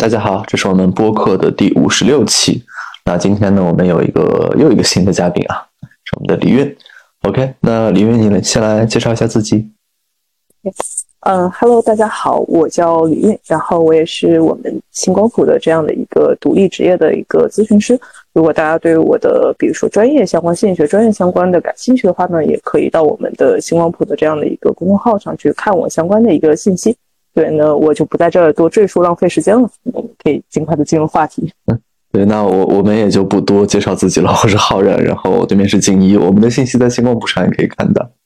大家好，这是我们播客的第56期。那今天呢，我们又一个新的嘉宾啊，是我们的李韵。OK， 那李韵，你先来介绍一下自己。 Hello， 大家好，我叫李韵，然后我也是我们星光谱的这样的一个独立职业的一个咨询师。如果大家对我的比如说专业相关、心理学专业相关的感兴趣的话呢，也可以到我们的星光谱的这样的一个公众号上去看我相关的一个信息。对呢，我就不在这儿多赘述，浪费时间了，我们可以尽快的进入话题。 对，那我们也就不多介绍自己了。我是浩然，然后对面是静一，我们的信息在星光谱上也可以看到。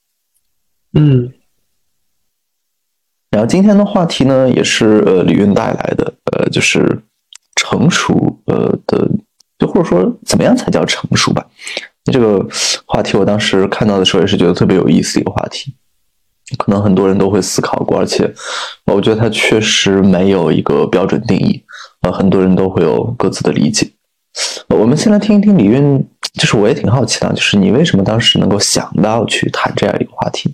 然后今天的话题呢，也是李韵带来的，就是成熟的，就或者说怎么样才叫成熟吧。这个话题我当时看到的时候也是觉得特别有意思的一个话题，可能很多人都会思考过，而且我觉得它确实没有一个标准定义，很多人都会有各自的理解。我们先来听一听李韵，就是我也挺好奇的，就是你为什么当时能够想到去谈这样一个话题？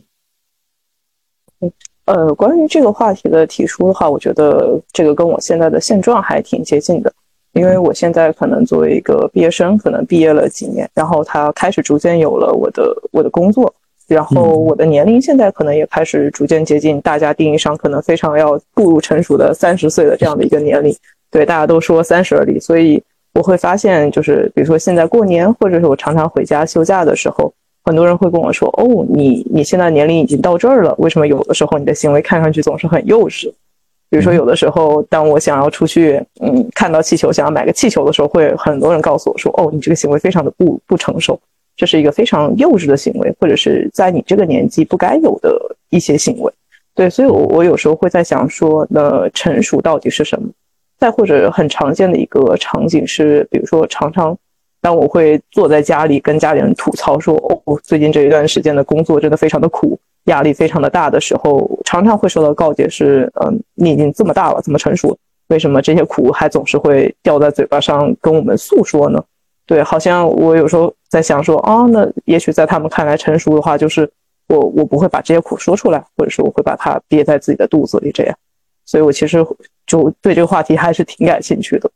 关于这个话题的提出的话，我觉得这个跟我现在的现状还挺接近的，因为我现在可能作为一个毕业生，可能毕业了几年，然后他开始逐渐有了我的工作，然后我的年龄现在可能也开始逐渐接近大家定义上可能非常要步入成熟的30岁的这样的一个年龄。对，大家都说30而立，所以我会发现就是比如说现在过年，或者是我常常回家休假的时候，很多人会跟我说，哦，你现在年龄已经到这儿了，为什么有的时候你的行为看上去总是很幼稚？比如说有的时候当我想要出去看到气球想要买个气球的时候，会很多人告诉我说，哦，你这个行为非常的不成熟，这是一个非常幼稚的行为，或者是在你这个年纪不该有的一些行为。对，所以我有时候会在想说，那成熟到底是什么？再或者很常见的一个场景是，比如说常常当我会坐在家里跟家里人吐槽说，哦，最近这一段时间的工作真的非常的苦，压力非常的大的时候，常常会受到告诫是，你已经这么大了，这么成熟，为什么这些苦还总是会掉在嘴巴上跟我们诉说呢？对，好像我有时候在想说，那也许在他们看来成熟的话，就是我不会把这些苦说出来，或者是我会把它憋在自己的肚子里这样。所以我其实就对这个话题还是挺感兴趣的。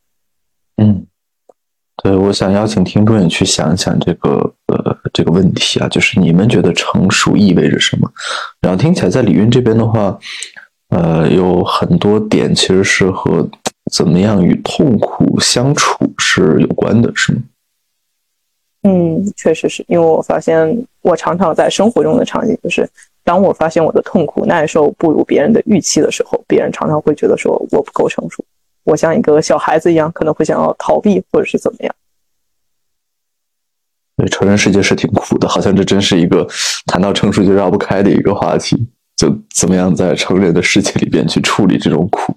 对，我想邀请听众也去想一想这个问题啊，就是你们觉得成熟意味着什么？然后听起来在李韵这边的话，有很多点其实是和怎么样与痛苦相处是有关的，是吗？ 确实是，因为我发现我常常在生活中的场景就是当我发现我的痛苦耐受不如别人的预期的时候，别人常常会觉得说我不够成熟，我像一个小孩子一样，可能会想要逃避或者是怎么样。 对，成人世界是挺苦的，好像这真是一个谈到成熟就绕不开的一个话题，就怎么样在成人的世界里边去处理这种苦。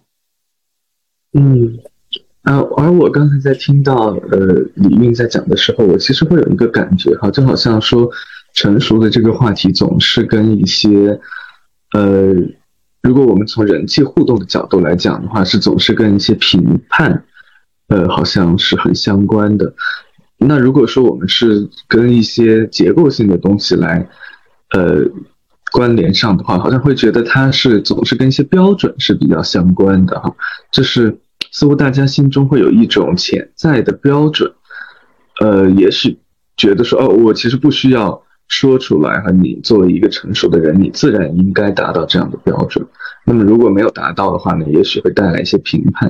而我刚才在听到李韵在讲的时候，我其实会有一个感觉哈，就好像说成熟的这个话题总是跟一些如果我们从人际互动的角度来讲的话，是总是跟一些评判好像是很相关的。那如果说我们是跟一些结构性的东西来关联上的话，好像会觉得它是总是跟一些标准是比较相关的哈，就是似乎大家心中会有一种潜在的标准，也许觉得说，我其实不需要说出来哈，你作为一个成熟的人，你自然应该达到这样的标准。那么如果没有达到的话呢，也许会带来一些评判。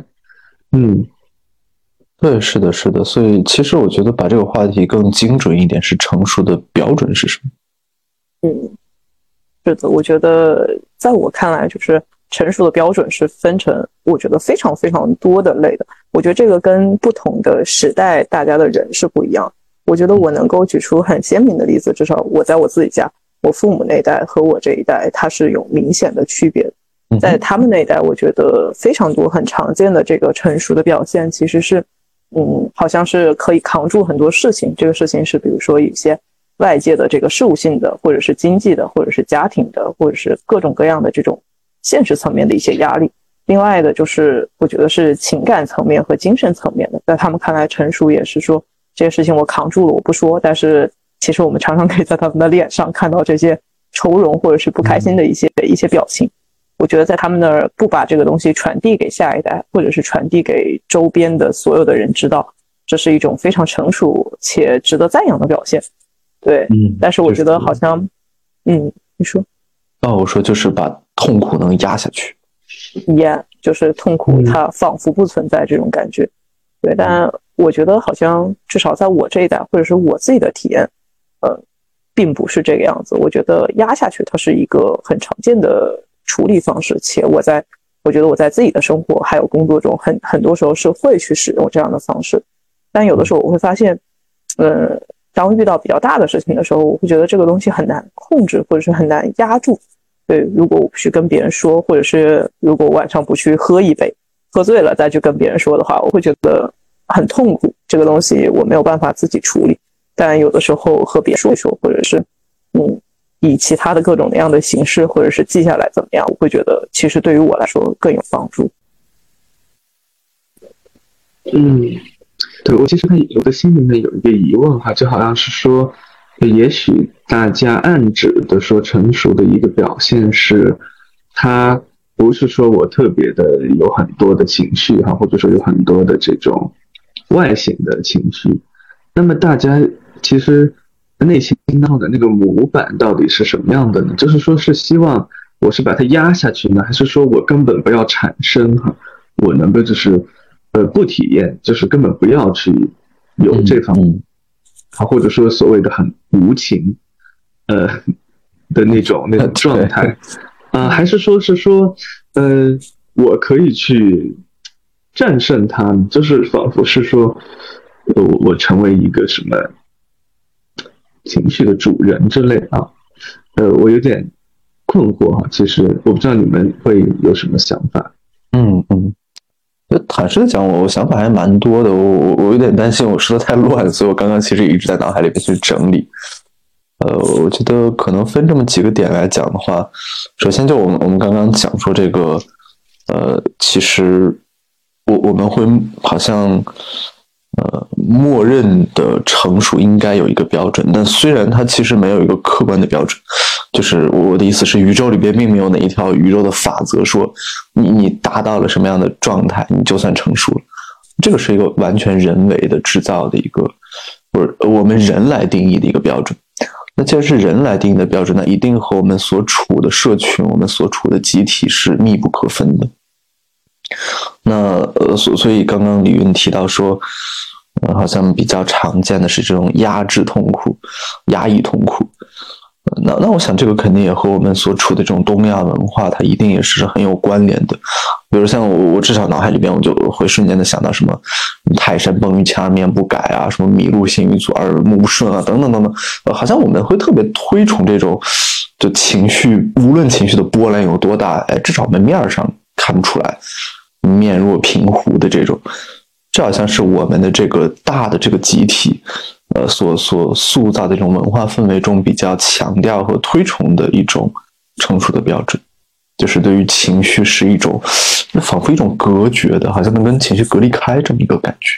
对，是的，是的。所以其实我觉得把这个话题更精准一点，是成熟的标准是什么？ 是的，我觉得在我看来，就是成熟的标准是分成我觉得非常非常多的类的。我觉得这个跟不同的时代大家的人是不一样。我觉得我能够举出很鲜明的例子，至少我在我自己家，我父母那一代和我这一代它是有明显的区别的。在他们那一代，我觉得非常多很常见的这个成熟的表现其实是好像是可以扛住很多事情。这个事情是比如说一些外界的这个事务性的，或者是经济的，或者是家庭的，或者是各种各样的这种现实层面的一些压力。另外的就是我觉得是情感层面和精神层面的，在他们看来成熟也是说这些事情我扛住了，我不说，但是其实我们常常可以在他们的脸上看到这些愁容或者是不开心的一些表情。 我觉得在他们那儿不把这个东西传递给下一代，或者是传递给周边的所有的人知道，这是一种非常成熟且值得赞扬的表现。对，但是我觉得好像，你说？ 我说就是把痛苦能压下去。 就是痛苦它仿佛不存在这种感觉。对，但我觉得好像至少在我这一代，或者是我自己的体验，并不是这个样子。我觉得压下去它是一个很常见的处理方式，且我觉得我在自己的生活还有工作中很多时候是会去使用这样的方式。但有的时候我会发现，当遇到比较大的事情的时候，我会觉得这个东西很难控制，或者是很难压住。对，如果我不去跟别人说，或者是如果晚上不去喝一杯，喝醉了再去跟别人说的话，我会觉得很痛苦。这个东西我没有办法自己处理，但有的时候和别人说一说，或者是以其他的各种各样的形式，或者是记下来怎么样，我会觉得其实对于我来说更有帮助。 对，我其实我的心里面有一个疑问哈，就好像是说，也许大家暗指的说成熟的一个表现是，他不是说我特别的有很多的情绪哈，或者说有很多的这种外显的情绪，那么大家其实内心当中的那个模板到底是什么样的呢？就是说是希望我是把它压下去呢，还是说我根本不要产生哈，我能够就是不体验，就是根本不要去有这方面，或者说所谓的很无情的那种状态还是说是说我可以去战胜它，就是仿佛是说我成为一个什么情绪的主人之类啊，我有点困惑哈。其实我不知道你们会有什么想法。 坦率的讲，我想法还蛮多的。我有点担心我说的太乱，所以我刚刚其实一直在脑海里面去整理。我觉得可能分这么几个点来讲的话，首先就我们刚刚讲说这个，其实我们会好像默认的成熟应该有一个标准，但虽然它其实没有一个客观的标准，就是我的意思是，宇宙里边并没有哪一条宇宙的法则说你达到了什么样的状态，你就算成熟了。这个是一个完全人为的制造的一个，或者我们人来定义的一个标准。那既然是人来定义的标准，那一定和我们所处的社群、我们所处的集体是密不可分的。那所以刚刚李云提到说，好像比较常见的是这种压制痛苦、压抑痛苦。那我想这个肯定也和我们所处的这种东亚文化，它一定也是很有关联的。比如像我至少脑海里边我就会瞬间的想到什么泰山崩于前而面不改啊，什么麋鹿行于左而目不顺啊，等等等等。好像我们会特别推崇这种就情绪，无论情绪的波澜有多大，至少我们面上看不出来，面若平湖的这种。这好像是我们的这个大的这个集体所塑造的这种文化氛围中比较强调和推崇的一种成熟的标准，就是对于情绪是一种仿佛一种隔绝的，好像能跟情绪隔离开这么一个感觉。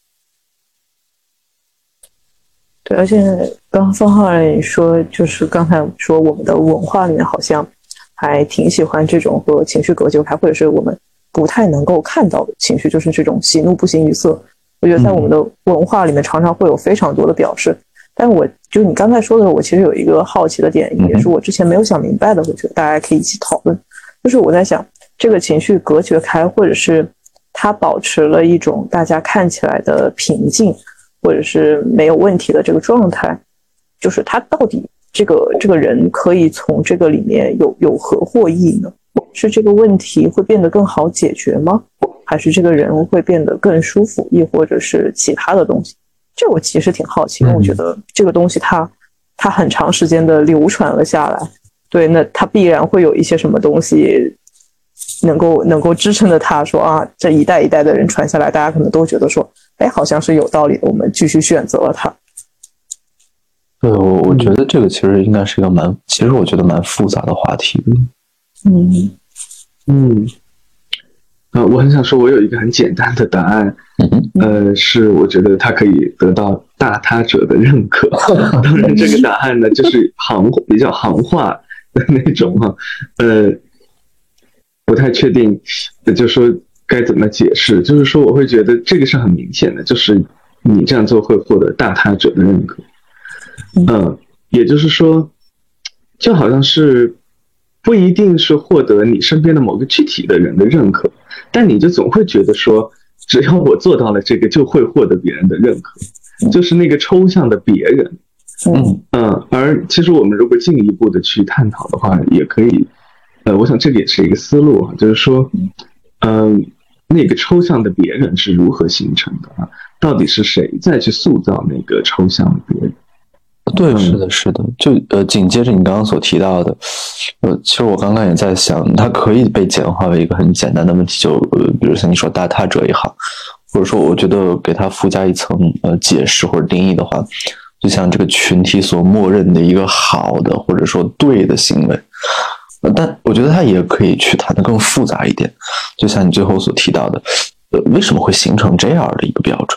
对，而且刚刚方浩然也说，就是刚才说我们的文化里面好像还挺喜欢这种和情绪隔绝开，或者是我们不太能够看到的情绪，就是这种喜怒不形于色。我觉得在我们的文化里面常常会有非常多的表示，但我就你刚才说的，我其实有一个好奇的点，也是我之前没有想明白的，我觉得大家可以一起讨论。就是我在想，这个情绪隔绝开，或者是它保持了一种大家看起来的平静，或者是没有问题的这个状态，就是他到底这个人可以从这个里面有何获益呢？是这个问题会变得更好解决吗？还是这个人会变得更舒服，亦或者是其他的东西？这我其实挺好奇，因为我觉得这个东西它很长时间的流传了下来，对，那它必然会有一些什么东西能够支撑着它说啊，这一代一代的人传下来，大家可能都觉得说，哎，好像是有道理的，我们继续选择了它。 对，我觉得这个其实应该是一个其实我觉得蛮复杂的话题。 我很想说，我有一个很简单的答案，是我觉得它可以得到大他者的认可。当然，这个答案呢，就是比较行话的那种哈， 不太确定，就是说该怎么解释。就是说，我会觉得这个是很明显的，就是你这样做会获得大他者的认可。也就是说，就好像是不一定是获得你身边的某个具体的人的认可，但你就总会觉得说，只要我做到了这个，就会获得别人的认可，就是那个抽象的别人。而其实我们如果进一步的去探讨的话，也可以，我想这个也是一个思路啊，就是说，那个抽象的别人是如何形成的啊？到底是谁再去塑造那个抽象的别人？ 对，是的，是的，就紧接着你刚刚所提到的，其实我刚刚也在想，它可以被简化为一个很简单的问题，就比如像你说大他者也好，或者说我觉得给它附加一层解释或者定义的话，就像这个群体所默认的一个好的或者说对的行为，但我觉得它也可以去谈得更复杂一点，就像你最后所提到的，为什么会形成这样的一个标准？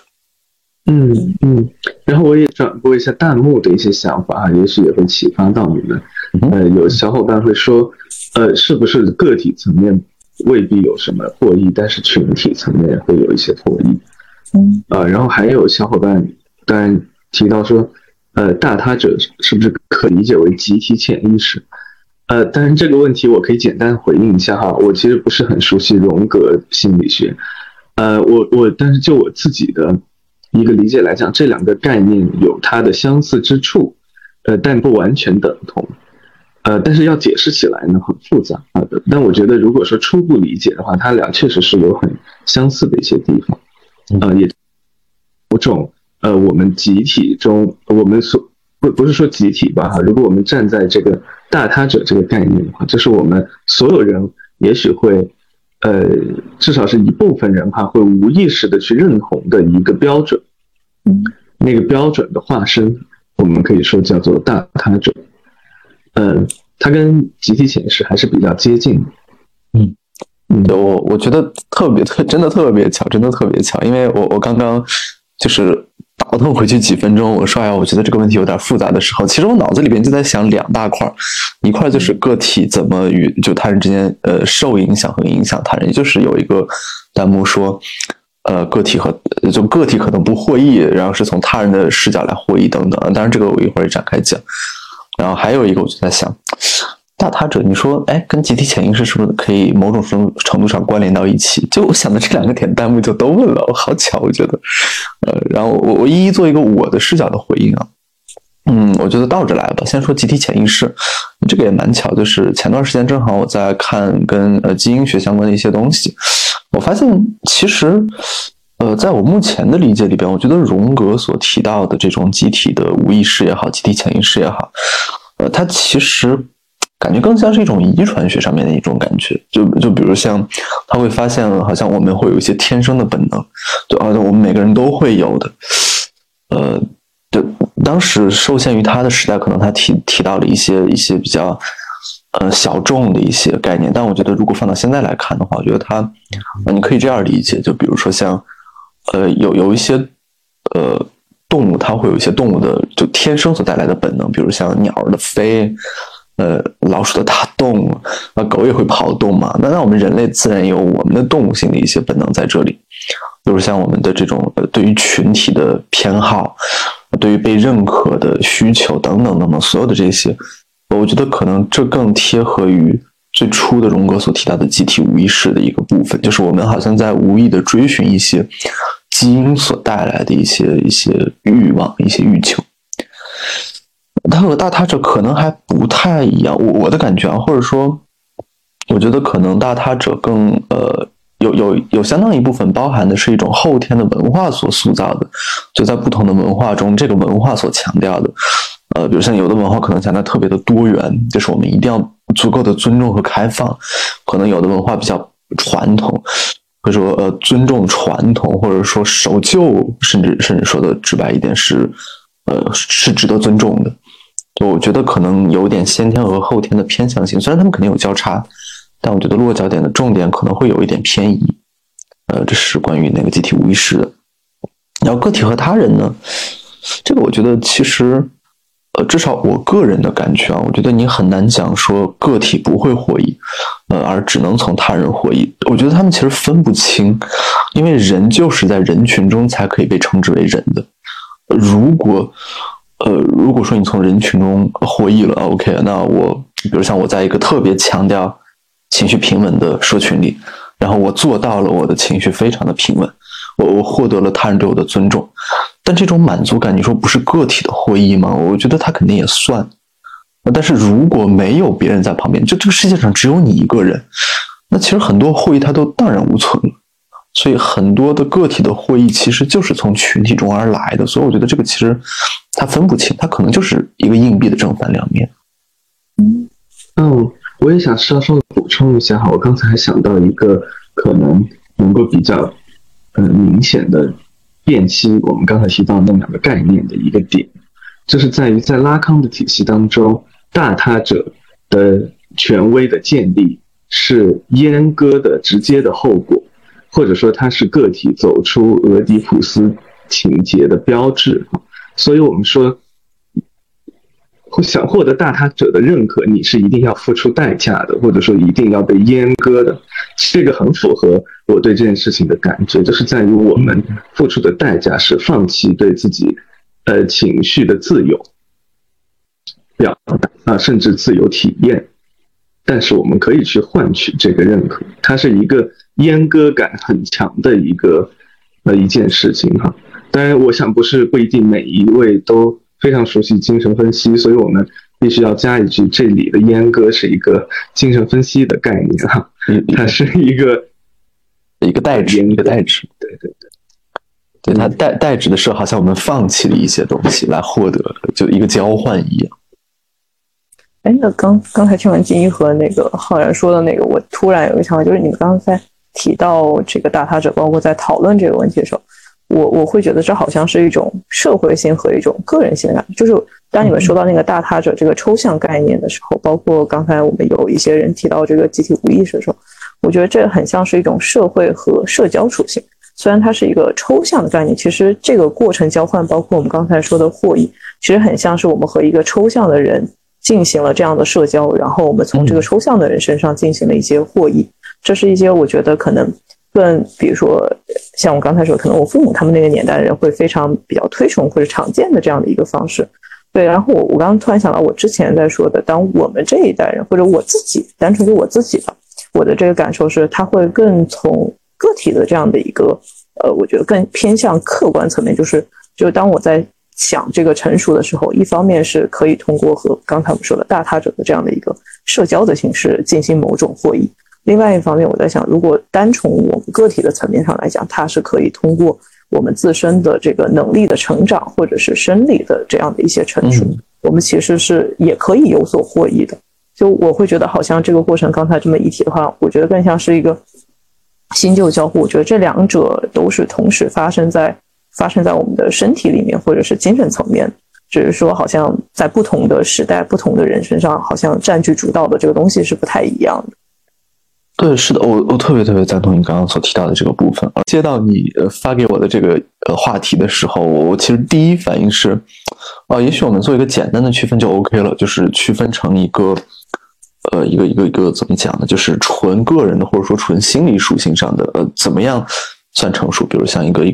然后我也转播一下弹幕的一些想法，也许也会启发到你们。有小伙伴会说，是不是个体层面未必有什么获益，但是群体层面会有一些获益。然后还有小伙伴当然提到说，大他者是不是可理解为集体潜意识？当然这个问题我可以简单回应一下哈，我其实不是很熟悉荣格心理学，但是就我自己的一个理解来讲，这两个概念有它的相似之处，但不完全等同，但是要解释起来呢很复杂的。但我觉得如果说初步理解的话，它俩确实是有很相似的一些地方，也某种我们集体中我们不是说集体吧哈，如果我们站在这个大他者这个概念的话，这是我们所有人也许会。至少是一部分人会无意识的去认同的一个标准，那个标准的化身，我们可以说叫做大他者。它跟集体潜意识还是比较接近的。 我觉得真的特别巧，真的特别巧，因为我刚刚就是倒腾回去几分钟，我说我觉得这个问题有点复杂的时候，其实我脑子里边就在想两大块，一块就是个体怎么与就他人之间受影响和影响他人，也就是有一个弹幕说个体可能不获益，然后是从他人的视角来获益等等，当然这个我一会儿展开讲。然后还有一个我就在想，大他者你说跟集体潜意识是不是可以某种程度上关联到一起？就我想的这两个点弹幕就都问了，好巧我觉得。然后我一一做一个我的视角的回应啊。我觉得倒着来吧，先说集体潜意识，这个也蛮巧，就是前段时间正好我在看跟基因学相关的一些东西，我发现其实在我目前的理解里边，我觉得荣格所提到的这种集体的无意识也好，集体潜意识也好，它其实感觉更像是一种遗传学上面的一种感觉，就比如像他会发现好像我们会有一些天生的本能，就好像我们每个人都会有的，就当时受限于他的时代，可能他提到了一些比较小众的一些概念，但我觉得如果放到现在来看的话，我觉得他你可以这样理解，就比如说像有一些动物，它会有一些动物的就天生所带来的本能，比如像鸟的飞，老鼠的打洞，狗也会跑动嘛。那我们人类自然有我们的动物性的一些本能在这里，比如像我们的这种对于群体的偏好，对于被认可的需求等等等等，所有的这些，我觉得可能这更贴合于最初的荣格所提到的集体无意识的一个部分，就是我们好像在无意的追寻一些基因所带来的一些欲望、一些欲求。它和大他者可能还不太一样，我的感觉啊，或者说，我觉得可能大他者更有相当一部分包含的是一种后天的文化所塑造的，就在不同的文化中，这个文化所强调的，比如像有的文化可能强调特别的多元，就是我们一定要足够的尊重和开放，可能有的文化比较传统，或者说尊重传统，或者说守旧，甚至说的直白一点是值得尊重的。我觉得可能有点先天和后天的偏向性，虽然他们肯定有交叉，但我觉得落脚点的重点可能会有一点偏移。这是关于那个集体无意识的。然后个体和他人呢，这个我觉得其实至少我个人的感觉啊，我觉得你很难讲说个体不会获益， 而只能从他人获益。我觉得他们其实分不清，因为人就是在人群中才可以被称之为人的。如果说你从人群中获益了 ，OK， 那比如像我在一个特别强调情绪平稳的社群里，然后我做到了我的情绪非常的平稳，我获得了他人对我的尊重，但这种满足感，你说不是个体的获益吗？我觉得它肯定也算。但是如果没有别人在旁边，就这个世界上只有你一个人，那其实很多获益它都荡然无存了。所以很多的个体的获益其实就是从群体中而来的，所以我觉得这个其实它分不清，它可能就是一个硬币的正反两面。 我也想稍稍的补充一下哈，我刚才还想到一个可能够比较明显的辨析我们刚才提到那两个概念的一个点，就是在于在拉康的体系当中，大他者的权威的建立是阉割的直接的后果，或者说它是个体走出俄狄浦斯情节的标志。所以我们说想获得大他者的认可，你是一定要付出代价的，或者说一定要被阉割的。这个很符合我对这件事情的感觉，就是在于我们付出的代价是放弃对自己情绪的自由表达甚至自由体验，但是我们可以去换取这个认可，它是一个阉割感很强的一件事情哈。当然我想不一定每一位都非常熟悉精神分析，所以我们必须要加一句，这里的阉割是一个精神分析的概念哈，它是一个代指，一个代指。 对， 它代指的是好像我们放弃了一些东西来获得，就一个交换一样。 那刚才听完金一和那个浩然说的那个，我突然有一个想法，就是你们刚才提到这个大他者，包括在讨论这个问题的时候，我会觉得这好像是一种社会性和一种个人性感。就是当你们说到那个大他者这个抽象概念的时候，包括刚才我们有一些人提到这个集体无意识的时候，我觉得这很像是一种社会和社交属性。虽然它是一个抽象的概念，其实这个过程交换，包括我们刚才说的获益，其实很像是我们和一个抽象的人进行了这样的社交，然后我们从这个抽象的人身上进行了一些获益。这是一些我觉得可能更，比如说像我刚才说，可能我父母他们那个年代的人会非常比较推崇或者常见的这样的一个方式。对，然后我刚刚突然想到我之前在说的，当我们这一代人或者我自己，单纯就我自己吧，我的这个感受是，他会更从个体的这样的一个我觉得更偏向客观层面，就是当我在想这个成熟的时候，一方面是可以通过和刚才我们说的大他者的这样的一个社交的形式进行某种获益，另外一方面我在想，如果单从我们个体的层面上来讲，它是可以通过我们自身的这个能力的成长，或者是生理的这样的一些成熟，我们其实是也可以有所获益的。就我会觉得好像这个过程刚才这么一提的话，我觉得更像是一个新旧交互，我觉得这两者都是同时发生在我们的身体里面，或者是精神层面，只是说好像在不同的时代不同的人身上，好像占据主导的这个东西是不太一样的。 对，是的，我特别赞同你刚刚所提到的这个部分。接到你发给我的这个话题的时候，我其实第一反应是，也许我们做一个简单的区分就 OK 了，就是区分成一个怎么讲呢？就是纯个人的或者说纯心理属性上的，怎么样算成熟？比如像一个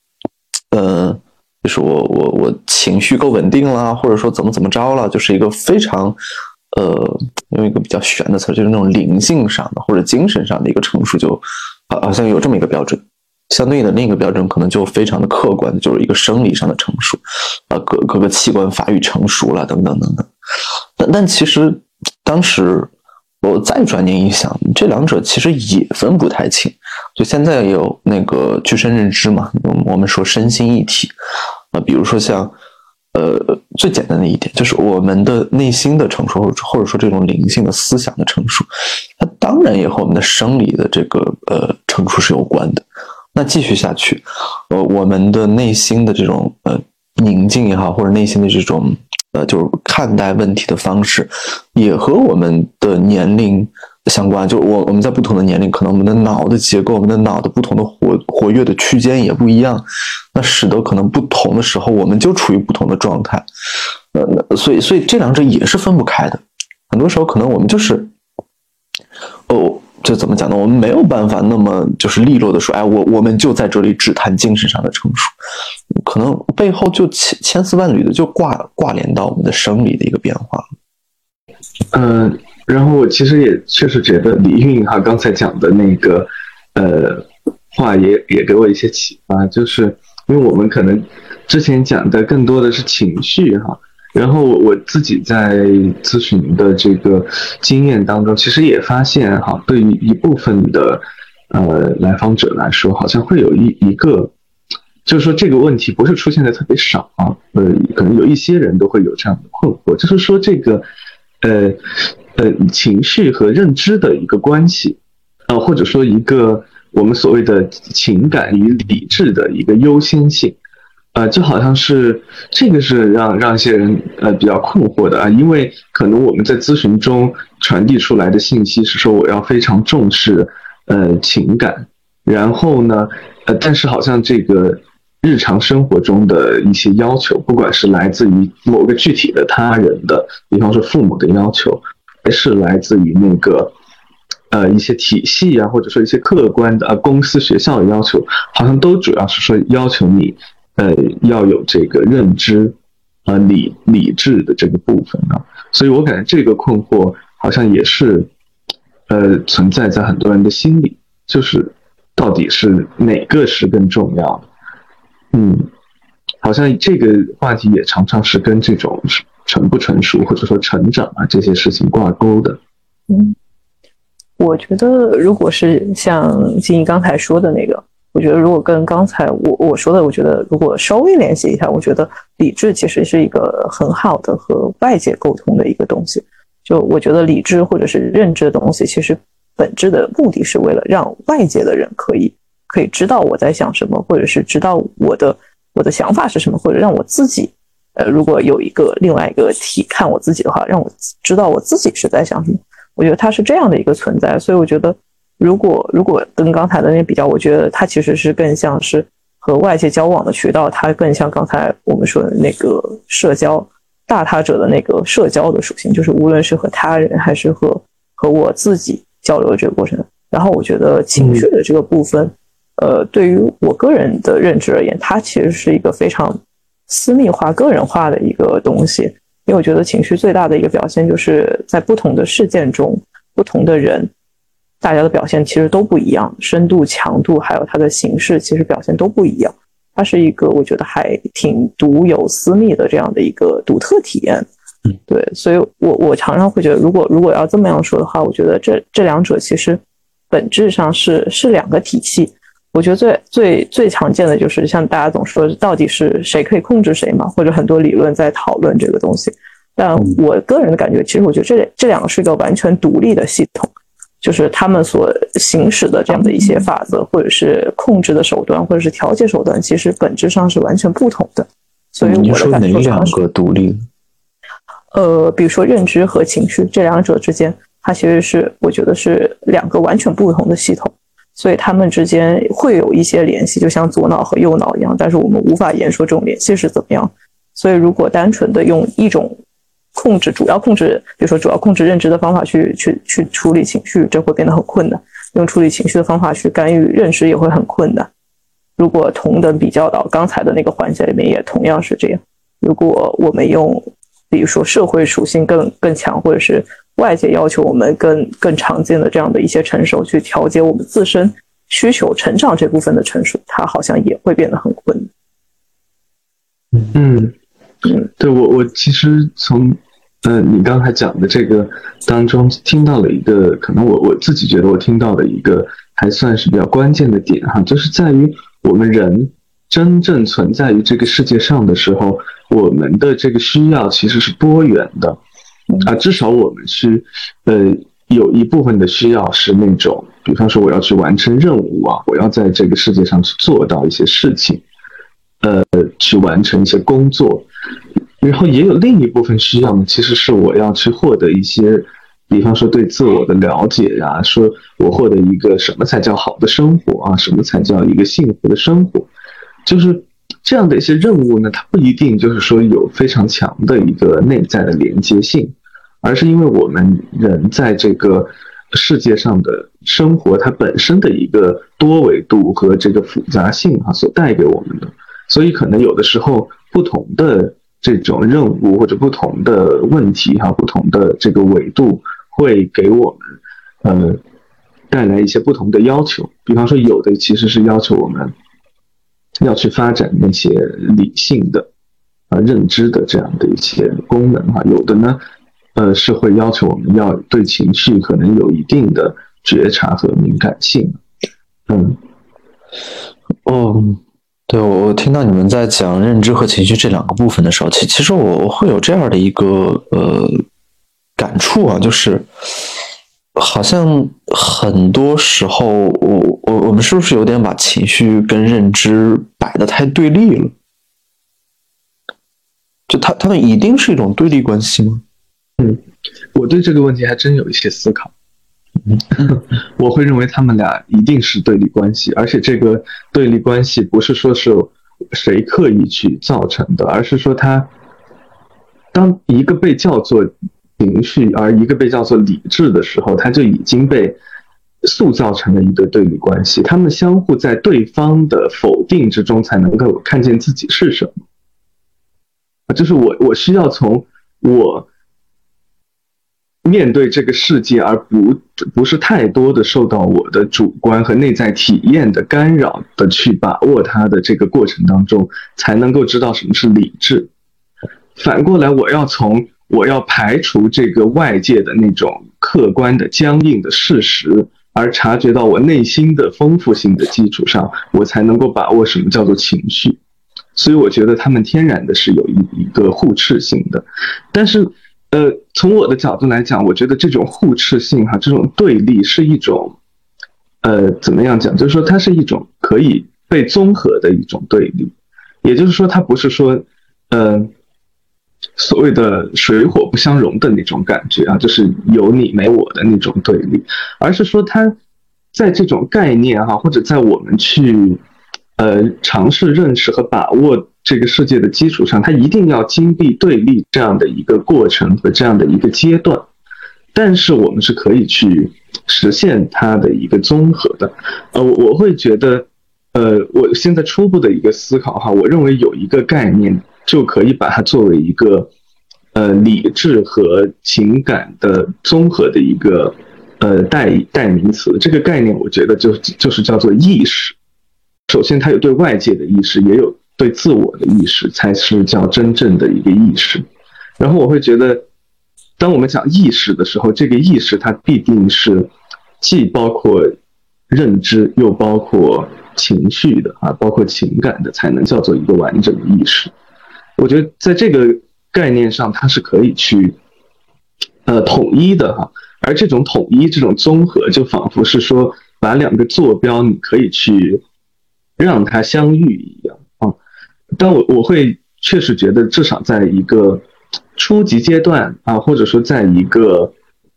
就是我情绪够稳定啦，或者说怎么着了，就是一个非常用一个比较玄的词，就是那种灵性上的或者精神上的一个成熟，就好像有这么一个标准。相对应的另一个标准可能就非常的客观的，就是一个生理上的成熟，各个器官发育成熟了等等。但其实当时我再转念一想，这两者其实也分不太清。就现在有那个具身认知嘛，我们说身心一体比如说像最简单的一点就是我们的内心的成熟，或者说这种灵性的思想的成熟，它当然也和我们的生理的这个成熟是有关的。那继续下去，我们的内心的这种宁静也好，或者内心的这种就是看待问题的方式，也和我们的年龄相关。就我们在不同的年龄，可能我们的脑的结构，我们的脑的不同的活跃的区间也不一样，那使得可能不同的时候，我们就处于不同的状态。所以这两者也是分不开的。很多时候可能我们就是这怎么讲呢？我们没有办法那么就是利落的说，哎，我们就在这里只谈精神上的成熟，可能背后就千丝万缕的就挂连到我们的生理的一个变化。 然后我其实也确实觉得李运哈刚才讲的那个话也给我一些启发，就是因为我们可能之前讲的更多的是情绪哈。然后我自己在咨询的这个经验当中，其实也发现哈，对于一部分的来访者来说，好像会有一个，就是说这个问题不是出现的特别少啊，可能有一些人都会有这样的困惑，就是说这个情绪和认知的一个关系，或者说一个我们所谓的情感与理智的一个优先性。就好像是这个是让一些人比较困惑的啊，因为可能我们在咨询中传递出来的信息是说我要非常重视情感，然后呢但是好像这个日常生活中的一些要求，不管是来自于某个具体的他人的，比方说父母的要求，还是来自于那个一些体系啊，或者说一些客观的公司学校的要求，好像都主要是说要求你要有这个认知理智的这个部分啊，所以我感觉这个困惑好像也是存在在很多人的心里，就是到底是哪个是更重要的？好像这个话题也常常是跟这种成不成熟或者说成长啊这些事情挂钩的。 我觉得如果是像金怡刚才说的那个，我觉得如果跟刚才我说的，我觉得如果稍微联系一下，我觉得理智其实是一个很好的和外界沟通的一个东西。就我觉得理智或者是认知的东西，其实本质的目的是为了让外界的人可以知道我在想什么，或者是知道我的想法是什么，或者让我自己如果有另外一个体看我自己的话，让我知道我自己是在想什么。我觉得它是这样的一个存在，所以我觉得如果跟刚才的那比较，我觉得它其实是更像是和外界交往的渠道，它更像刚才我们说的那个社交大他者的那个社交的属性，就是无论是和他人还是和我自己交流的这个过程。然后我觉得情绪的这个部分对于我个人的认知而言，它其实是一个非常私密化个人化的一个东西。因为我觉得情绪最大的一个表现就是在不同的事件中，不同的人大家的表现其实都不一样，深度强度还有它的形式其实表现都不一样，它是一个我觉得还挺独有私密的这样的一个独特体验。对，所以我常常会觉得如果要这么样说的话，我觉得这两者其实本质上是两个体系。我觉得最常见的就是像大家总说到底是谁可以控制谁嘛，或者很多理论在讨论这个东西。但我个人的感觉，其实我觉得这两个是一个完全独立的系统，就是他们所行使的这样的一些法则，或者是控制的手段，或者是调节手段，其实本质上是完全不同的。所以我的感受哪两个独立？ 比如说认知和情绪这两者之间，它其实是我觉得是两个完全不同的系统。所以他们之间会有一些联系，就像左脑和右脑一样，但是我们无法言说这种联系是怎么样。所以如果单纯的用一种主要控制认知的方法去处理情绪，这会变得很困难。用处理情绪的方法去干预认知也会很困难。如果同等比较到刚才的那个环节里面，也同样是这样。如果我们用比如说社会属性更强，或者是外界要求我们更常见的这样的一些成熟去调节我们自身需求成长这部分的成熟，它好像也会变得很困难。对，我其实从你刚才讲的这个当中听到了一个可能我自己觉得我听到的一个还算是比较关键的点哈，就是在于我们人真正存在于这个世界上的时候，我们的这个需要其实是多元的啊，至少我们是有一部分的需要是那种，比方说我要去完成任务啊，我要在这个世界上去做到一些事情，去完成一些工作，然后也有另一部分需要呢，其实是我要去获得一些，比方说对自我的了解呀，说我获得一个什么才叫好的生活啊，什么才叫一个幸福的生活，就是这样的一些任务呢，它不一定就是说有非常强的一个内在的连接性，而是因为我们人在这个世界上的生活它本身的一个多维度和这个复杂性所带给我们的。所以可能有的时候不同的这种任务或者不同的问题不同的这个维度会给我们带来一些不同的要求。比方说有的其实是要求我们要去发展那些理性的认知的这样的一些功能有的呢是会要求我们要对情绪可能有一定的觉察和敏感性。 对，我听到你们在讲认知和情绪这两个部分的时候，其实我会有这样的一个感触就是好像很多时候我们是不是有点把情绪跟认知摆得太对立了？就它们一定是一种对立关系吗？ 我对这个问题还真有一些思考。我会认为他们俩一定是对立关系，而且这个对立关系不是说是谁刻意去造成的，而是说当一个被叫做情绪而一个被叫做理智的时候，它就已经被塑造成了一个对立关系。他们相互在对方的否定之中才能够看见自己是什么。就是我需要从我面对这个世界而不是太多的受到我的主观和内在体验的干扰的去把握它的这个过程当中，才能够知道什么是理智。反过来我要排除这个外界的那种客观的僵硬的事实，而察觉到我内心的丰富性的基础上，我才能够把握什么叫做情绪。所以我觉得他们天然的是有一个互斥性的。但是从我的角度来讲，我觉得这种互斥性这种对立是一种怎么样讲，就是说它是一种可以被综合的一种对立。也就是说它不是说所谓的水火不相容的那种感觉就是有你没我的那种对立，而是说它在这种概念或者在我们去尝试认识和把握这个世界的基础上，它一定要经历对立这样的一个过程和这样的一个阶段。但是我们是可以去实现它的一个综合的。我会觉得我现在初步的一个思考我认为有一个概念就可以把它作为一个理智和情感的综合的一个代名词。这个概念我觉得就是叫做意识。首先它有对外界的意识，也有对自我的意识，才是叫真正的一个意识。然后我会觉得当我们讲意识的时候，这个意识它必定是既包括认知又包括情绪的包括情感的，才能叫做一个完整的意识。我觉得在这个概念上它是可以去统一的而这种统一这种综合就仿佛是说把两个坐标你可以去让它相遇一样但我会确实觉得至少在一个初级阶段或者说在一个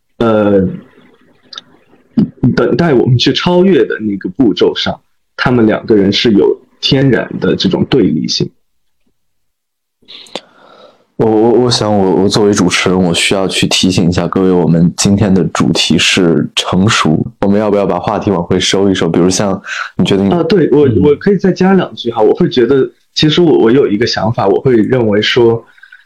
等待我们去超越的那个步骤上，他们两个人是有天然的这种对立性。 我想我作为主持人，我需要去提醒一下各位，我们今天的主题是成熟，我们要不要把话题往回收一收？比如像你觉得对，我可以再加两句我会觉得其实我有一个想法，我会认为说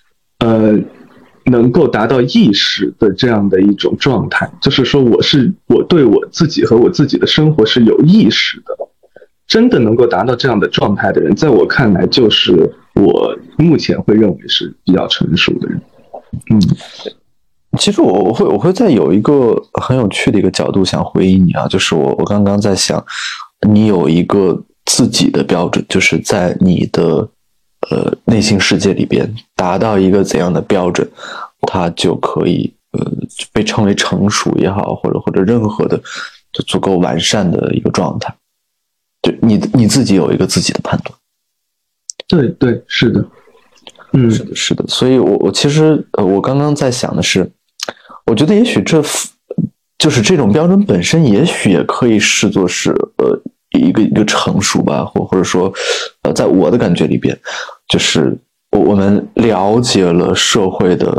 能够达到意识的这样的一种状态，就是说我对我自己和我自己的生活是有意识的。真的能够达到这样的状态的人，在我看来就是我目前会认为是比较成熟的人。 其实我会再有一个很有趣的一个角度想回应你就是我刚刚在想，你有一个自己的标准，就是在你的内心世界里边达到一个怎样的标准，它就可以被称为成熟也好，或者任何的就足够完善的一个状态。就你自己有一个自己的判断。 对，是的。 是的。所以我其实我刚刚在想的是，我觉得也许就是这种标准本身也许也可以视作是一个成熟吧，或者说在我的感觉里边，就是我们了解了社会的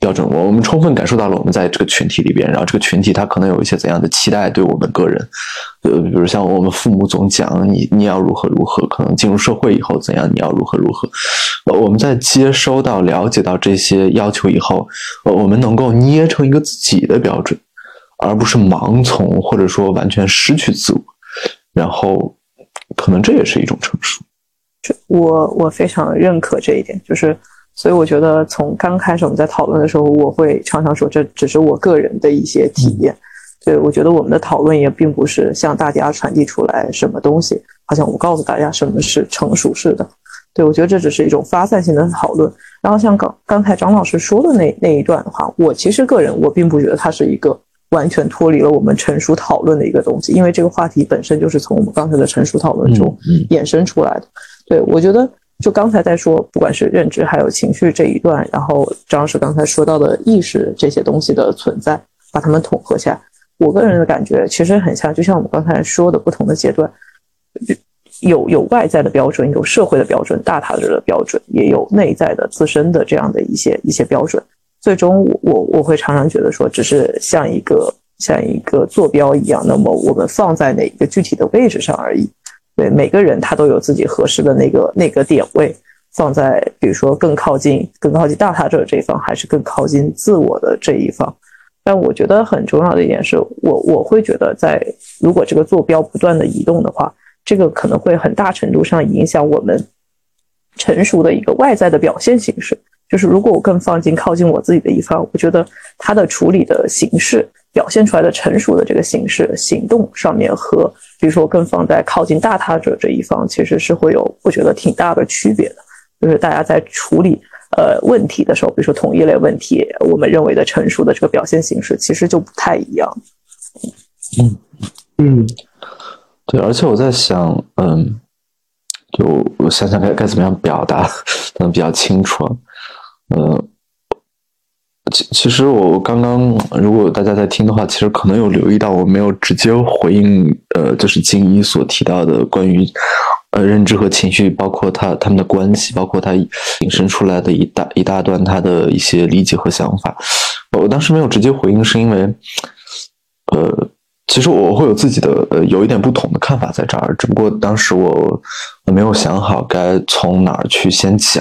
标准，我们充分感受到了我们在这个群体里边，然后这个群体它可能有一些怎样的期待对我们个人，比如像我们父母总讲你要如何如何，可能进入社会以后怎样你要如何如何，我们在接收到了解到这些要求以后，我们能够捏成一个自己的标准，而不是盲从或者说完全失去自我，然后可能这也是一种成熟。 我非常认可这一点，就是所以我觉得从刚开始我们在讨论的时候，我会常常说这只是我个人的一些体验。对，我觉得我们的讨论也并不是向大家传递出来什么东西，好像我告诉大家什么是成熟似的。对，我觉得这只是一种发散性的讨论。然后像刚才张老师说的那一段的话，我其实个人我并不觉得它是一个完全脱离了我们成熟讨论的一个东西，因为这个话题本身就是从我们刚才的成熟讨论中衍生出来的。对，我觉得就刚才在说不管是认知还有情绪这一段，然后张老师刚才说到的意识这些东西的存在，把它们统合起来，我个人的感觉其实很像，就像我们刚才说的不同的阶段，有外在的标准，有社会的标准，大踏着的标准，也有内在的自身的这样的一些标准。最终我会常常觉得说，只是像一个坐标一样，那么我们放在哪一个具体的位置上而已。对，每个人他都有自己合适的那个点位，放在比如说更靠近大踏者这一方，还是更靠近自我的这一方。但我觉得很重要的一点是，我会觉得如果这个坐标不断的移动的话，这个可能会很大程度上影响我们成熟的一个外在的表现形式。就是如果我更靠近我自己的一方，我觉得它的处理的形式表现出来的成熟的这个形式行动上面和比如说更放在靠近大踏者这一方，其实是会有我觉得挺大的区别的。就是大家在处理问题的时候，比如说同一类问题，我们认为的成熟的这个表现形式其实就不太一样。 对，而且我在想，就我想想该怎么样表达，能比较清楚。其实我刚刚，如果大家在听的话，其实可能有留意到我没有直接回应，就是金一所提到的关于认知和情绪，包括他们的关系，包括他引申出来的一大段他的一些理解和想法。我当时没有直接回应，是因为其实我会有自己的有一点不同的看法在这儿，只不过当时我没有想好该从哪儿去先讲。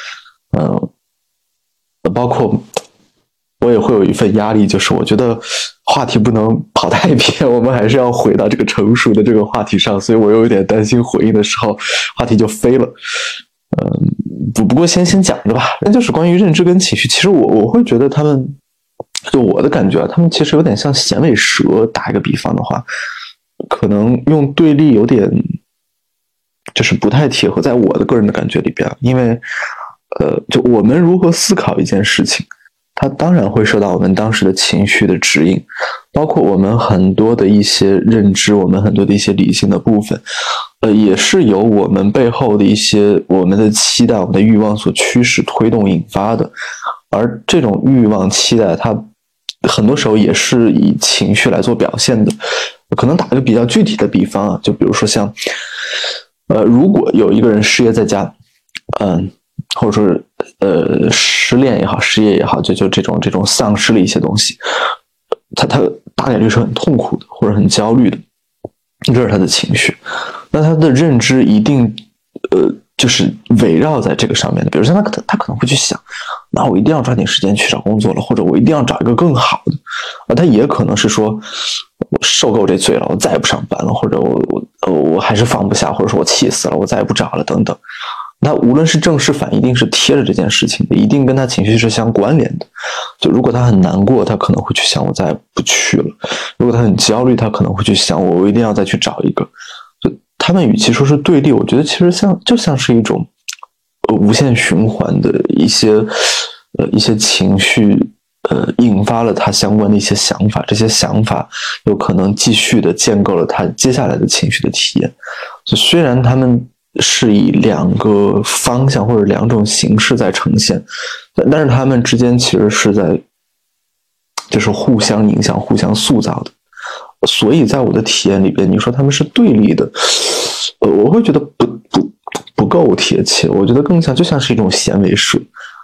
包括我也会有一份压力，就是我觉得话题不能跑太偏，我们还是要回到这个成熟的这个话题上，所以我有一点担心回应的时候话题就飞了。不过先讲着吧。那就是关于认知跟情绪，其实我会觉得他们，就我的感觉啊，他们其实有点像响尾蛇。打一个比方的话，可能用对立有点就是不太贴合，在我的个人的感觉里边，因为就我们如何思考一件事情，它当然会受到我们当时的情绪的指引，包括我们很多的一些认知，我们很多的一些理性的部分，也是由我们背后的一些我们的期待、我们的欲望所驱使、推动、引发的。而这种欲望、期待，它很多时候也是以情绪来做表现的。可能打一个比较具体的比方啊，就比如说像，如果有一个人失业在家，或者说失恋也好，失业也好，就这种丧失了一些东西，他大概率是很痛苦的，或者很焦虑的，这是他的情绪。那他的认知一定就是围绕在这个上面的。比如说他可能会去想，那我一定要抓紧时间去找工作了，或者我一定要找一个更好的。他也可能是说，我受够这罪了，我再也不上班了，或者我还是放不下，或者说我气死了，我再也不找了等等。他无论是正是反，一定是贴着这件事情的，一定跟他情绪是相关联的。就如果他很难过，他可能会去想我再也不去了；如果他很焦虑，他可能会去想我一定要再去找一个。就他们与其说是对立，我觉得其实就像是一种无限循环的一些情绪，引发了他相关的一些想法，这些想法有可能继续的建构了他接下来的情绪的体验。就虽然他们是以两个方向或者两种形式在呈现，但是他们之间其实是在就是互相影响、互相塑造的。所以在我的体验里边，你说他们是对立的，我会觉得不够贴切。我觉得更像就像是一种衔尾蛇，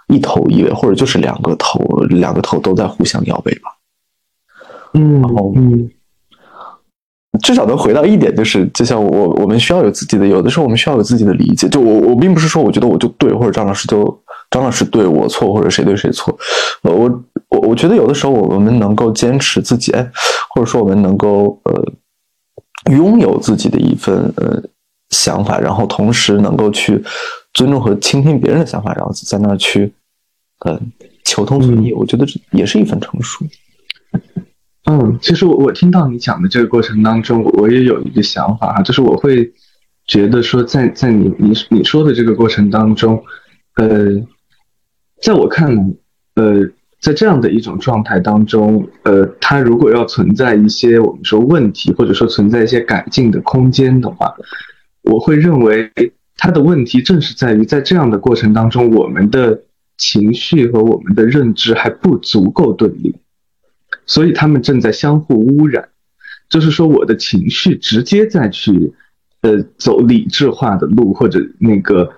一头一尾，或者就是两个头都在互相摇尾巴。然后至少能回到一点，就是就像我们需要有自己的，有的时候我们需要有自己的理解。就我并不是说我觉得我就对，或者张老师对我错，或者谁对谁错。我觉得有的时候我们能够坚持自己，或者说我们能够拥有自己的一份想法，然后同时能够去尊重和倾听别人的想法，然后在那儿去求同存异，我觉得这也是一份成熟。 其实我听到你讲的这个过程当中，我也有一个想法哈，就是我会觉得说在你说的这个过程当中，在我看来，在这样的一种状态当中，它如果要存在一些我们说问题，或者说存在一些改进的空间的话，我会认为它的问题正是在于在这样的过程当中，我们的情绪和我们的认知还不足够对立。所以他们正在相互污染，就是说我的情绪直接再去走理智化的路，或者那个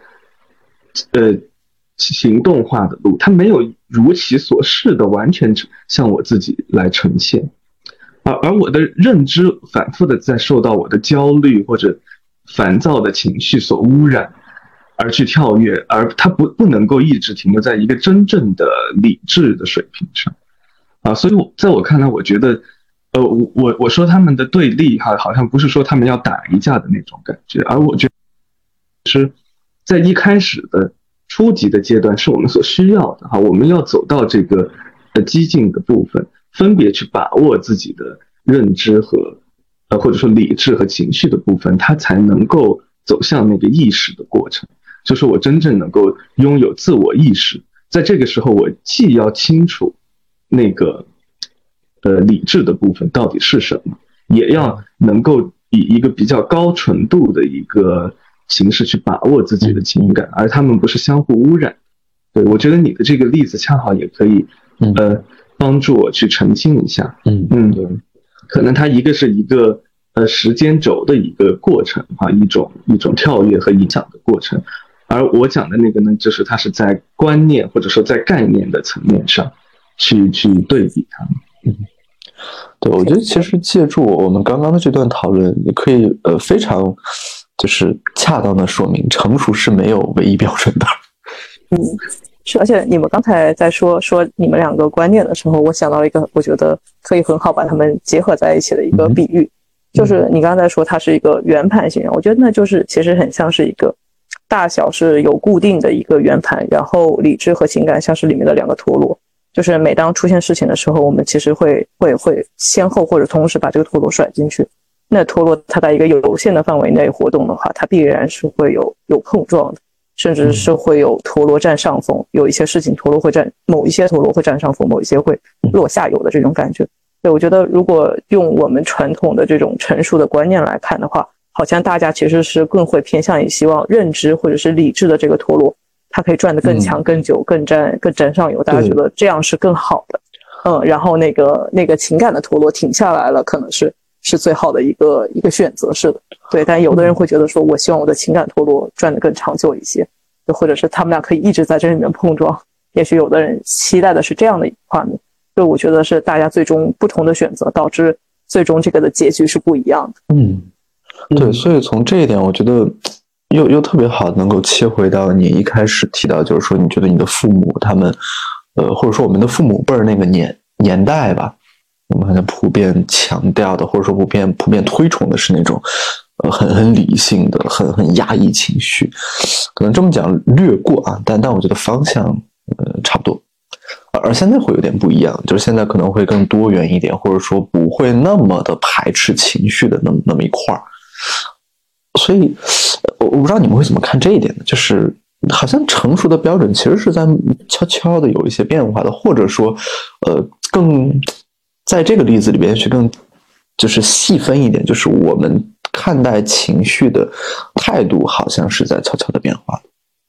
行动化的路，它没有如其所示的完全向我自己来呈现，而我的认知反复的在受到我的焦虑或者烦躁的情绪所污染，而去跳跃，而它不能够一直停留在一个真正的理智的水平上。所以在我看来，我觉得，我说他们的对立好像不是说他们要打一架的那种感觉，而我觉得是在一开始的初级的阶段是我们所需要的我们要走到这个激进的部分，分别去把握自己的认知和或者说理智和情绪的部分，它才能够走向那个意识的过程，就是我真正能够拥有自我意识。在这个时候，我既要清楚那个理智的部分到底是什么，也要能够以一个比较高纯度的一个形式去把握自己的情感，而他们不是相互污染。对，我觉得你的这个例子恰好也可以帮助我去澄清一下。可能它一个是一个时间轴的一个过程一种跳跃和影响的过程，而我讲的那个呢，就是它是在观念或者说在概念的层面上去对比它们。 对，我觉得其实借助我们刚刚的这段讨论，也可以非常就是恰当的说明，成熟是没有唯一标准的。 是，而且你们刚才在说你们两个观念的时候，我想到一个我觉得可以很好把它们结合在一起的一个比喻，就是你刚才说它是一个圆盘形，我觉得那就是其实很像是一个大小是有固定的一个圆盘，然后理智和情感像是里面的两个陀螺。就是每当出现事情的时候，我们其实会先后或者同时把这个陀螺甩进去。那陀螺它在一个有限的范围内活动的话，它必然是会有碰撞的，甚至是会有陀螺占上风。有一些事情某一些陀螺会占上风，某一些会落下游的这种感觉。对，我觉得如果用我们传统的这种成熟的观念来看的话，好像大家其实是更会偏向于希望认知或者是理智的这个陀螺它可以转得更强、更久、更占上游，大家觉得这样是更好的。然后那个情感的陀螺停下来了，可能是最好的一个选择，是的。对，但有的人会觉得说，我希望我的情感陀螺转得更长久一些，就或者是他们俩可以一直在这里面碰撞。也许有的人期待的是这样的一个画面，所以我觉得是大家最终不同的选择导致最终这个的结局是不一样的。 对，所以从这一点，我觉得又特别好，能够切回到你一开始提到，就是说你觉得你的父母他们，或者说我们的父母辈儿那个年代吧，我们好像普遍强调的，或者说普遍推崇的是那种，很理性的，很压抑情绪，可能这么讲略过啊，但我觉得方向差不多。而现在会有点不一样，就是现在可能会更多元一点，或者说不会那么的排斥情绪的那么一块儿。所以我不知道你们会怎么看这一点呢？就是好像成熟的标准其实是在悄悄的有一些变化的，或者说更在这个例子里边去更就是细分一点，就是我们看待情绪的态度好像是在悄悄的变化的。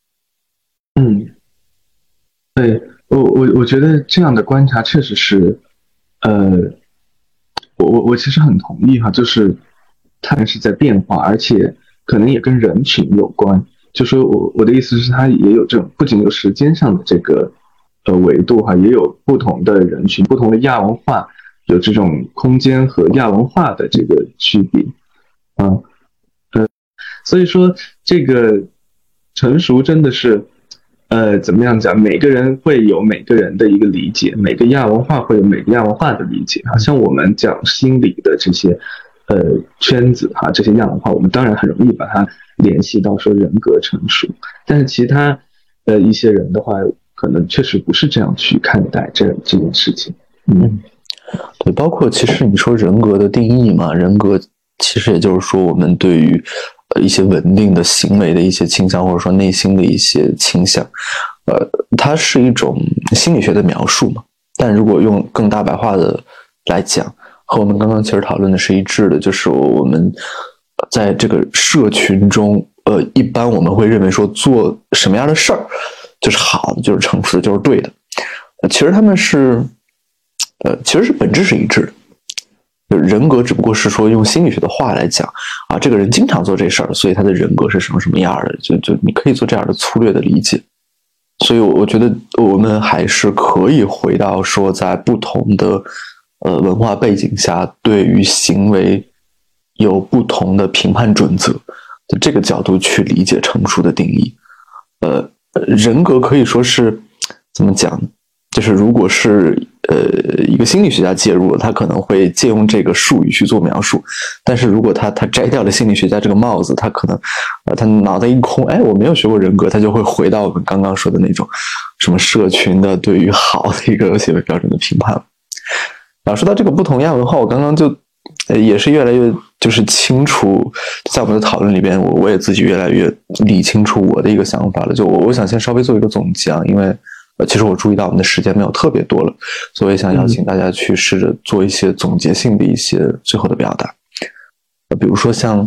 对，我觉得这样的观察确实是我其实很同意就是它是在变化，而且可能也跟人群有关。 就说我的意思是，它也有这种不仅有时间上的这个维度哈，也有不同的人群、不同的亚文化，有这种空间和亚文化的这个区别啊。所以说这个成熟真的是怎么样讲？每个人会有每个人的一个理解，每个亚文化会有每个亚文化的理解啊。像我们讲心理的这些圈子哈，这些亚文化，我们当然很容易把它联系到说人格成熟，但是其他一些人的话，可能确实不是这样去看待这件事情。 对，包括其实你说人格的定义嘛，人格其实也就是说我们对于一些稳定的行为的一些倾向，或者说内心的一些倾向，它是一种心理学的描述嘛。但如果用更大白话的来讲，和我们刚刚其实讨论的是一致的，就是我们在这个社群中，一般我们会认为说做什么样的事儿就是好的，就是成熟的，就是对的。其实他们是，其实是本质是一致的。人格只不过是说用心理学的话来讲啊，这个人经常做这事儿，所以他的人格是什么什么样的，就你可以做这样的粗略的理解。所以我觉得我们还是可以回到说，在不同的文化背景下，对于行为有不同的评判准则，就这个角度去理解成熟的定义。人格可以说是怎么讲呢？就是如果是一个心理学家介入了，他可能会借用这个术语去做描述，但是如果他摘掉了心理学家这个帽子，他可能他脑袋一空，我没有学过人格，他就会回到我们刚刚说的那种什么社群的对于好的一个行为标准的评判。然后说到这个不同亚文化，我刚刚就也是越来越就是清楚，在我们的讨论里边，我也自己越来越理清楚我的一个想法了。就我想先稍微做一个总结啊，因为其实我注意到我们的时间没有特别多了，所以我也想邀请大家去试着做一些总结性的一些最后的表达。比如说像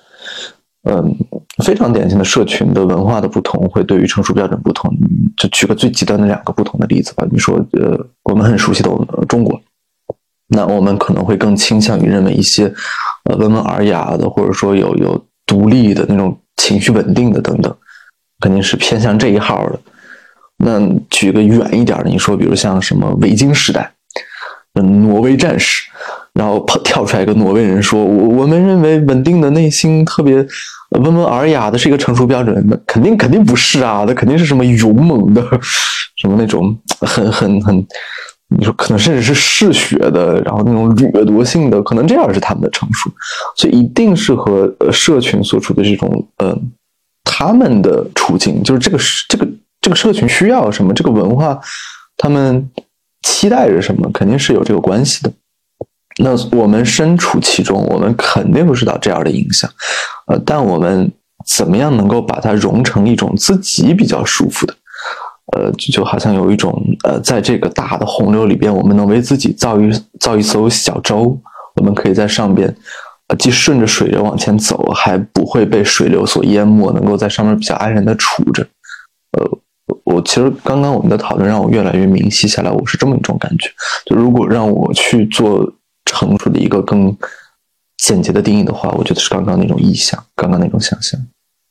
非常典型的社群的文化的不同会对于成熟标准不同，就举个最极端的2个不同的例子吧。你说我们很熟悉的中国，那我们可能会更倾向于认为一些温文尔雅的，或者说有独立的那种情绪稳定的等等，肯定是偏向这一号的。那举个远一点的，你说比如像什么维京时代，挪威战士，然后跳出来一个挪威人说我们认为稳定的内心特别温文尔雅的是一个成熟标准，那肯定不是啊，那肯定是什么勇猛的，什么那种很你说可能甚至是嗜血的，然后那种掠夺性的，可能这样是他们的成熟。所以一定是和社群所处的这种他们的处境，就是这个社群需要什么，这个文化他们期待着什么，肯定是有这个关系的。那我们身处其中，我们肯定会受到这样的影响，但我们怎么样能够把它融成一种自己比较舒服的，就好像有一种在这个大的洪流里边，我们能为自己造一艘小舟，我们可以在上边既顺着水流往前走，还不会被水流所淹没，能够在上面比较安然的处着。我其实刚刚我们的讨论让我越来越明晰下来，我是这么一种感觉。就如果让我去做成熟的一个更简洁的定义的话，我觉得是刚刚那种意象，刚刚那种想象。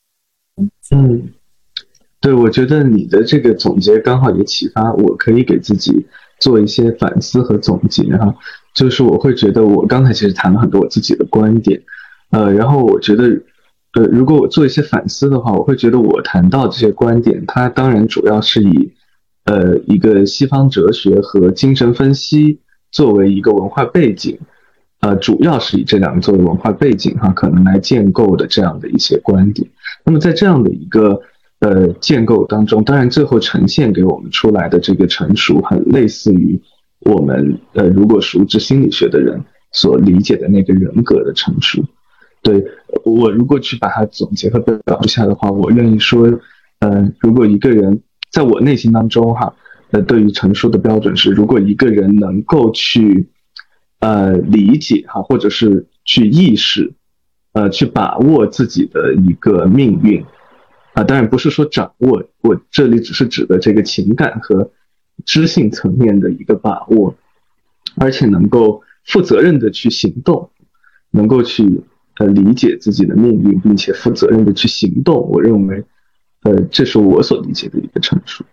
对，我觉得你的这个总结刚好也启发我，可以给自己做一些反思和总结哈。就是我会觉得我刚才其实谈了很多我自己的观点，然后我觉得如果我做一些反思的话，我会觉得我谈到这些观点，它当然主要是以一个西方哲学和精神分析作为一个文化背景，主要是以这2个作为文化背景哈，可能来建构的这样的一些观点。那么在这样的一个建构当中，当然最后呈现给我们出来的这个成熟，很类似于我们如果熟知心理学的人所理解的那个人格的成熟。对，我如果去把它总结和表述下的话，我愿意说，如果一个人在我内心当中哈，对于成熟的标准是，如果一个人能够去理解哈，或者是去意识，去把握自己的一个命运，当然不是说掌握，我这里只是指的这个情感和知性层面的一个把握，而且能够负责任的去行动，能够去理解自己的命运，并且负责任的去行动，我认为这是我所理解的一个成熟。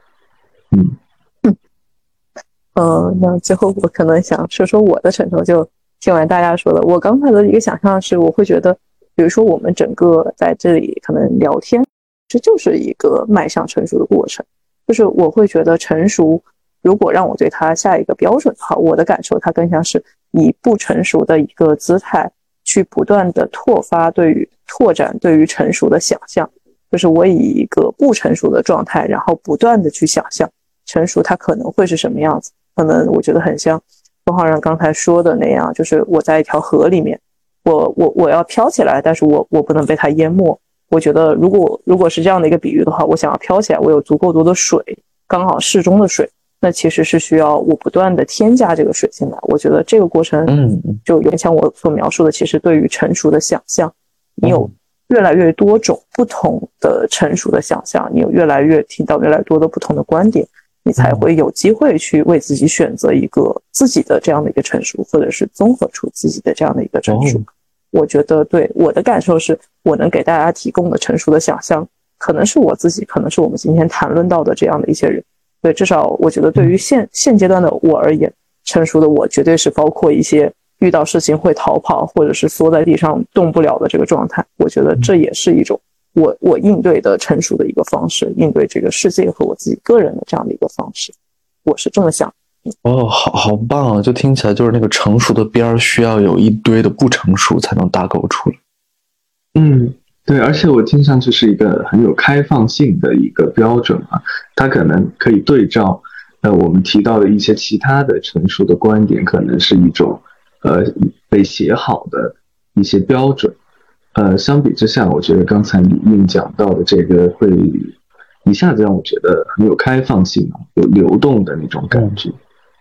那最后我可能想说说我的成熟，就听完大家说的，我刚才的一个想象是，我会觉得，比如说我们整个在这里可能聊天，这就是一个迈向成熟的过程。就是我会觉得成熟，如果让我对它下一个标准的话，我的感受它更像是以不成熟的一个姿态去不断的拓展对于成熟的想象。就是我以一个不成熟的状态，然后不断的去想象成熟它可能会是什么样子。可能我觉得很像东浩然刚才说的那样，就是我在一条河里面，我要飘起来，但是我不能被它淹没。我觉得如果是这样的一个比喻的话，我想要飘起来，我有足够多的水，刚好适中的水，那其实是需要我不断的添加这个水进来。我觉得这个过程就有点像我所描述的，其实对于成熟的想象，你有越来越多种不同的成熟的想象，你有听到越来越多的不同的观点，你才会有机会去为自己选择一个自己的这样的一个成熟，或者是综合出自己的这样的一个成熟。我觉得对我的感受是，我能给大家提供的成熟的想象，可能是我自己，可能是我们今天谈论到的这样的一些人。对，至少我觉得对于现阶段的我而言，成熟的我绝对是包括一些遇到事情会逃跑，或者是缩在地上动不了的这个状态。我觉得这也是一种我应对的成熟的一个方式，应对这个世界和我自己个人的这样的一个方式。我是这么想。 好棒啊！就听起来就是那个成熟的边儿需要有一堆的不成熟才能搭构出来。 对，而且我听上去是一个很有开放性的一个标准啊，它可能可以对照我们提到的一些其他的成熟的观点，可能是一种被写好的一些标准。相比之下，我觉得刚才李韵讲到的这个会一下子让我觉得很有开放性啊，有流动的那种感觉。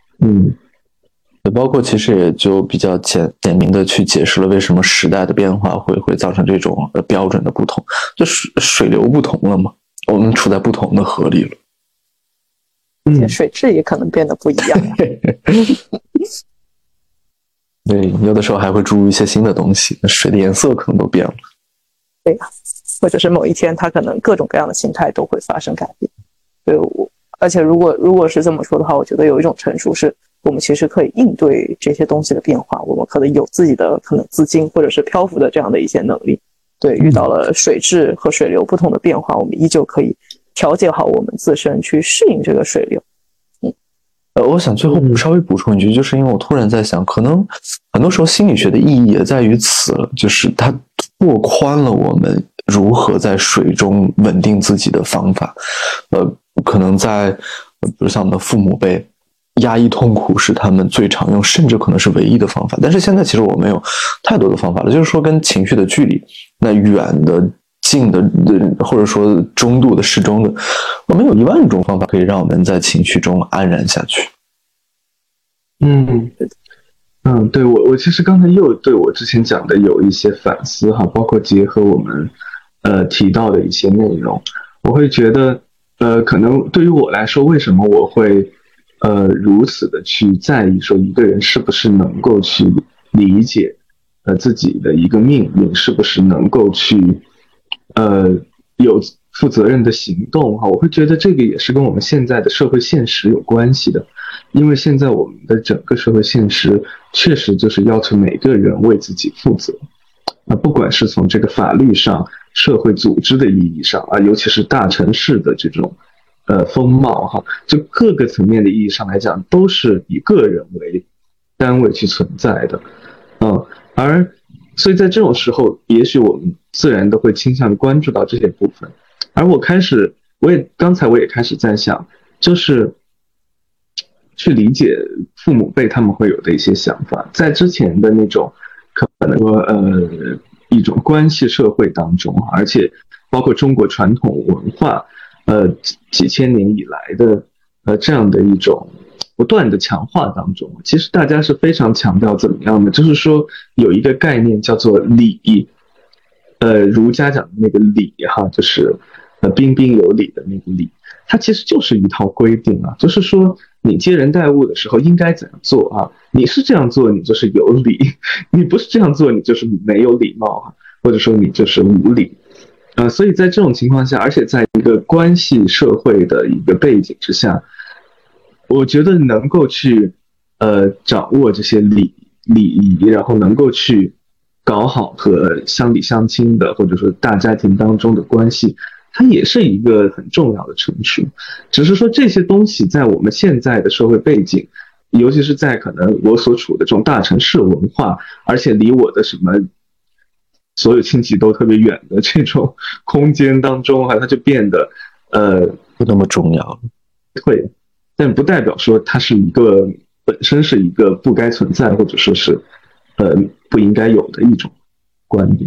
包括其实也就比较简明的去解释了为什么时代的变化会造成这种标准的不同，就水流不同了嘛，我们处在不同的河里了， 而且水质也可能变得不一样。 对，有的时候还会注入一些新的东西，水的颜色可能都变了。 对呀，或者是某一天它可能各种各样的形态都会发生改变。对，而且如果是这么说的话，我觉得有一种成熟是我们其实可以应对这些东西的变化，我们可能有自己的可能资金或者是漂浮的这样的一些能力。对，遇到了水质和水流不同的变化，我们依旧可以调节好我们自身去适应这个水流。 我想最后稍微补充一句，就是因为我突然在想，可能很多时候心理学的意义也在于此，就是它拓宽了我们如何在水中稳定自己的方法。可能在比如像我们的父母辈，压抑痛苦是他们最常用，甚至可能是唯一的方法。但是现在其实我们有太多的方法了，就是说跟情绪的距离，那远的、近的，或者说中度的、适中的，我们有10000种方法可以让我们在情绪中安然下去。 对，我其实刚才又对我之前讲的有一些反思哈，包括结合我们提到的一些内容，我会觉得可能对于我来说，为什么我会如此的去在意说一个人是不是能够去理解自己的一个命运，是不是能够去有负责任的行动哈，我会觉得这个也是跟我们现在的社会现实有关系的，因为现在我们的整个社会现实确实就是要求每个人为自己负责，不管是从这个法律上、社会组织的意义上啊，尤其是大城市的这种风貌哈，就各个层面的意义上来讲，都是以个人为单位去存在的，所以在这种时候，也许我们自然都会倾向于关注到这些部分。而刚才我也开始在想，就是去理解父母辈他们会有的一些想法，在之前的那种可能说一种关系社会当中，而且包括中国传统文化几千年以来的这样的一种不断的强化当中，其实大家是非常强调怎么样的，就是说有一个概念叫做礼，儒家讲的那个礼哈，就是彬彬有礼的那个礼，它其实就是一套规定啊，就是说你接人待物的时候应该怎样做啊，你是这样做你就是有礼，你不是这样做你就是没有礼貌啊，或者说你就是无礼。 所以在这种情况下，而且在一个关系社会的一个背景之下，我觉得能够去掌握这些礼仪，然后能够去搞好和乡里乡亲的或者说大家庭当中的关系，它也是一个很重要的成熟。只是说这些东西在我们现在的社会背景，尤其是在可能我所处的这种大城市文化，而且离我的什么所有亲戚都特别远的这种空间当中，它就变得不那么重要了。 对，但不代表说它是一个本身是一个不该存在或者说是不应该有的一种观点。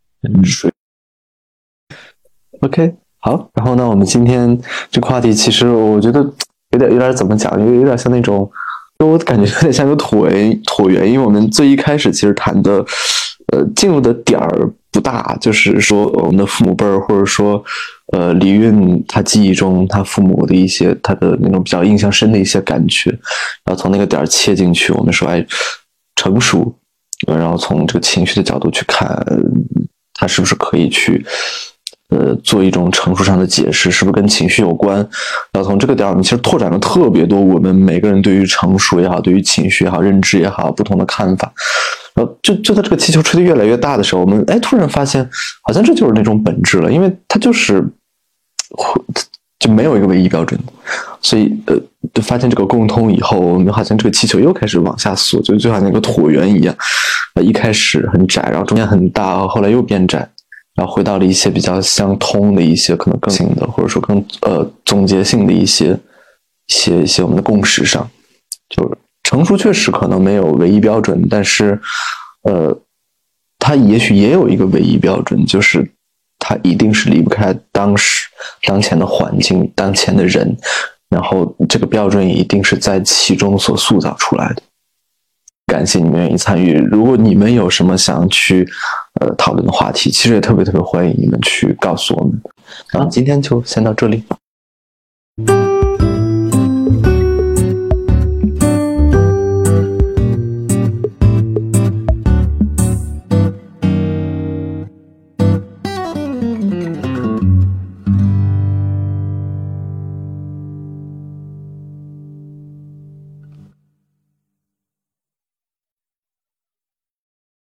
OK， 好，然后呢，我们今天这个话题其实我觉得有点怎么讲，有点像那种，我感觉有点像一个椭圆，因为我们最一开始其实谈的进入的点儿不大，就是说我们的父母辈儿，或者说李运他记忆中他父母的一些他的那种比较印象深的一些感觉，然后从那个点儿切进去，我们说成熟，然后从这个情绪的角度去看，他是不是可以去做一种成熟上的解释，是不是跟情绪有关？然后从这个点，我们其实拓展了特别多我们每个人对于成熟也好，对于情绪也好，认知也好，不同的看法。然后就在这个气球吹得越来越大的时候，我们突然发现，好像这就是那种本质了，因为它就没有一个唯一标准，所以就发现这个共通以后，我们好像这个气球又开始往下缩，就好像一个椭圆一样，一开始很窄，然后中间很大，后来又变窄。然后回到了一些比较相通的一些可能更新的，或者说更总结性的一些我们的共识上，就是成熟确实可能没有唯一标准，但是它也许也有一个唯一标准，就是它一定是离不开当前的环境、当前的人，然后这个标准也一定是在其中所塑造出来的。感谢你们愿意参与，如果你们有什么想去讨论的话题，其实也特别特别欢迎你们去告诉我们。好，今天就先到这里。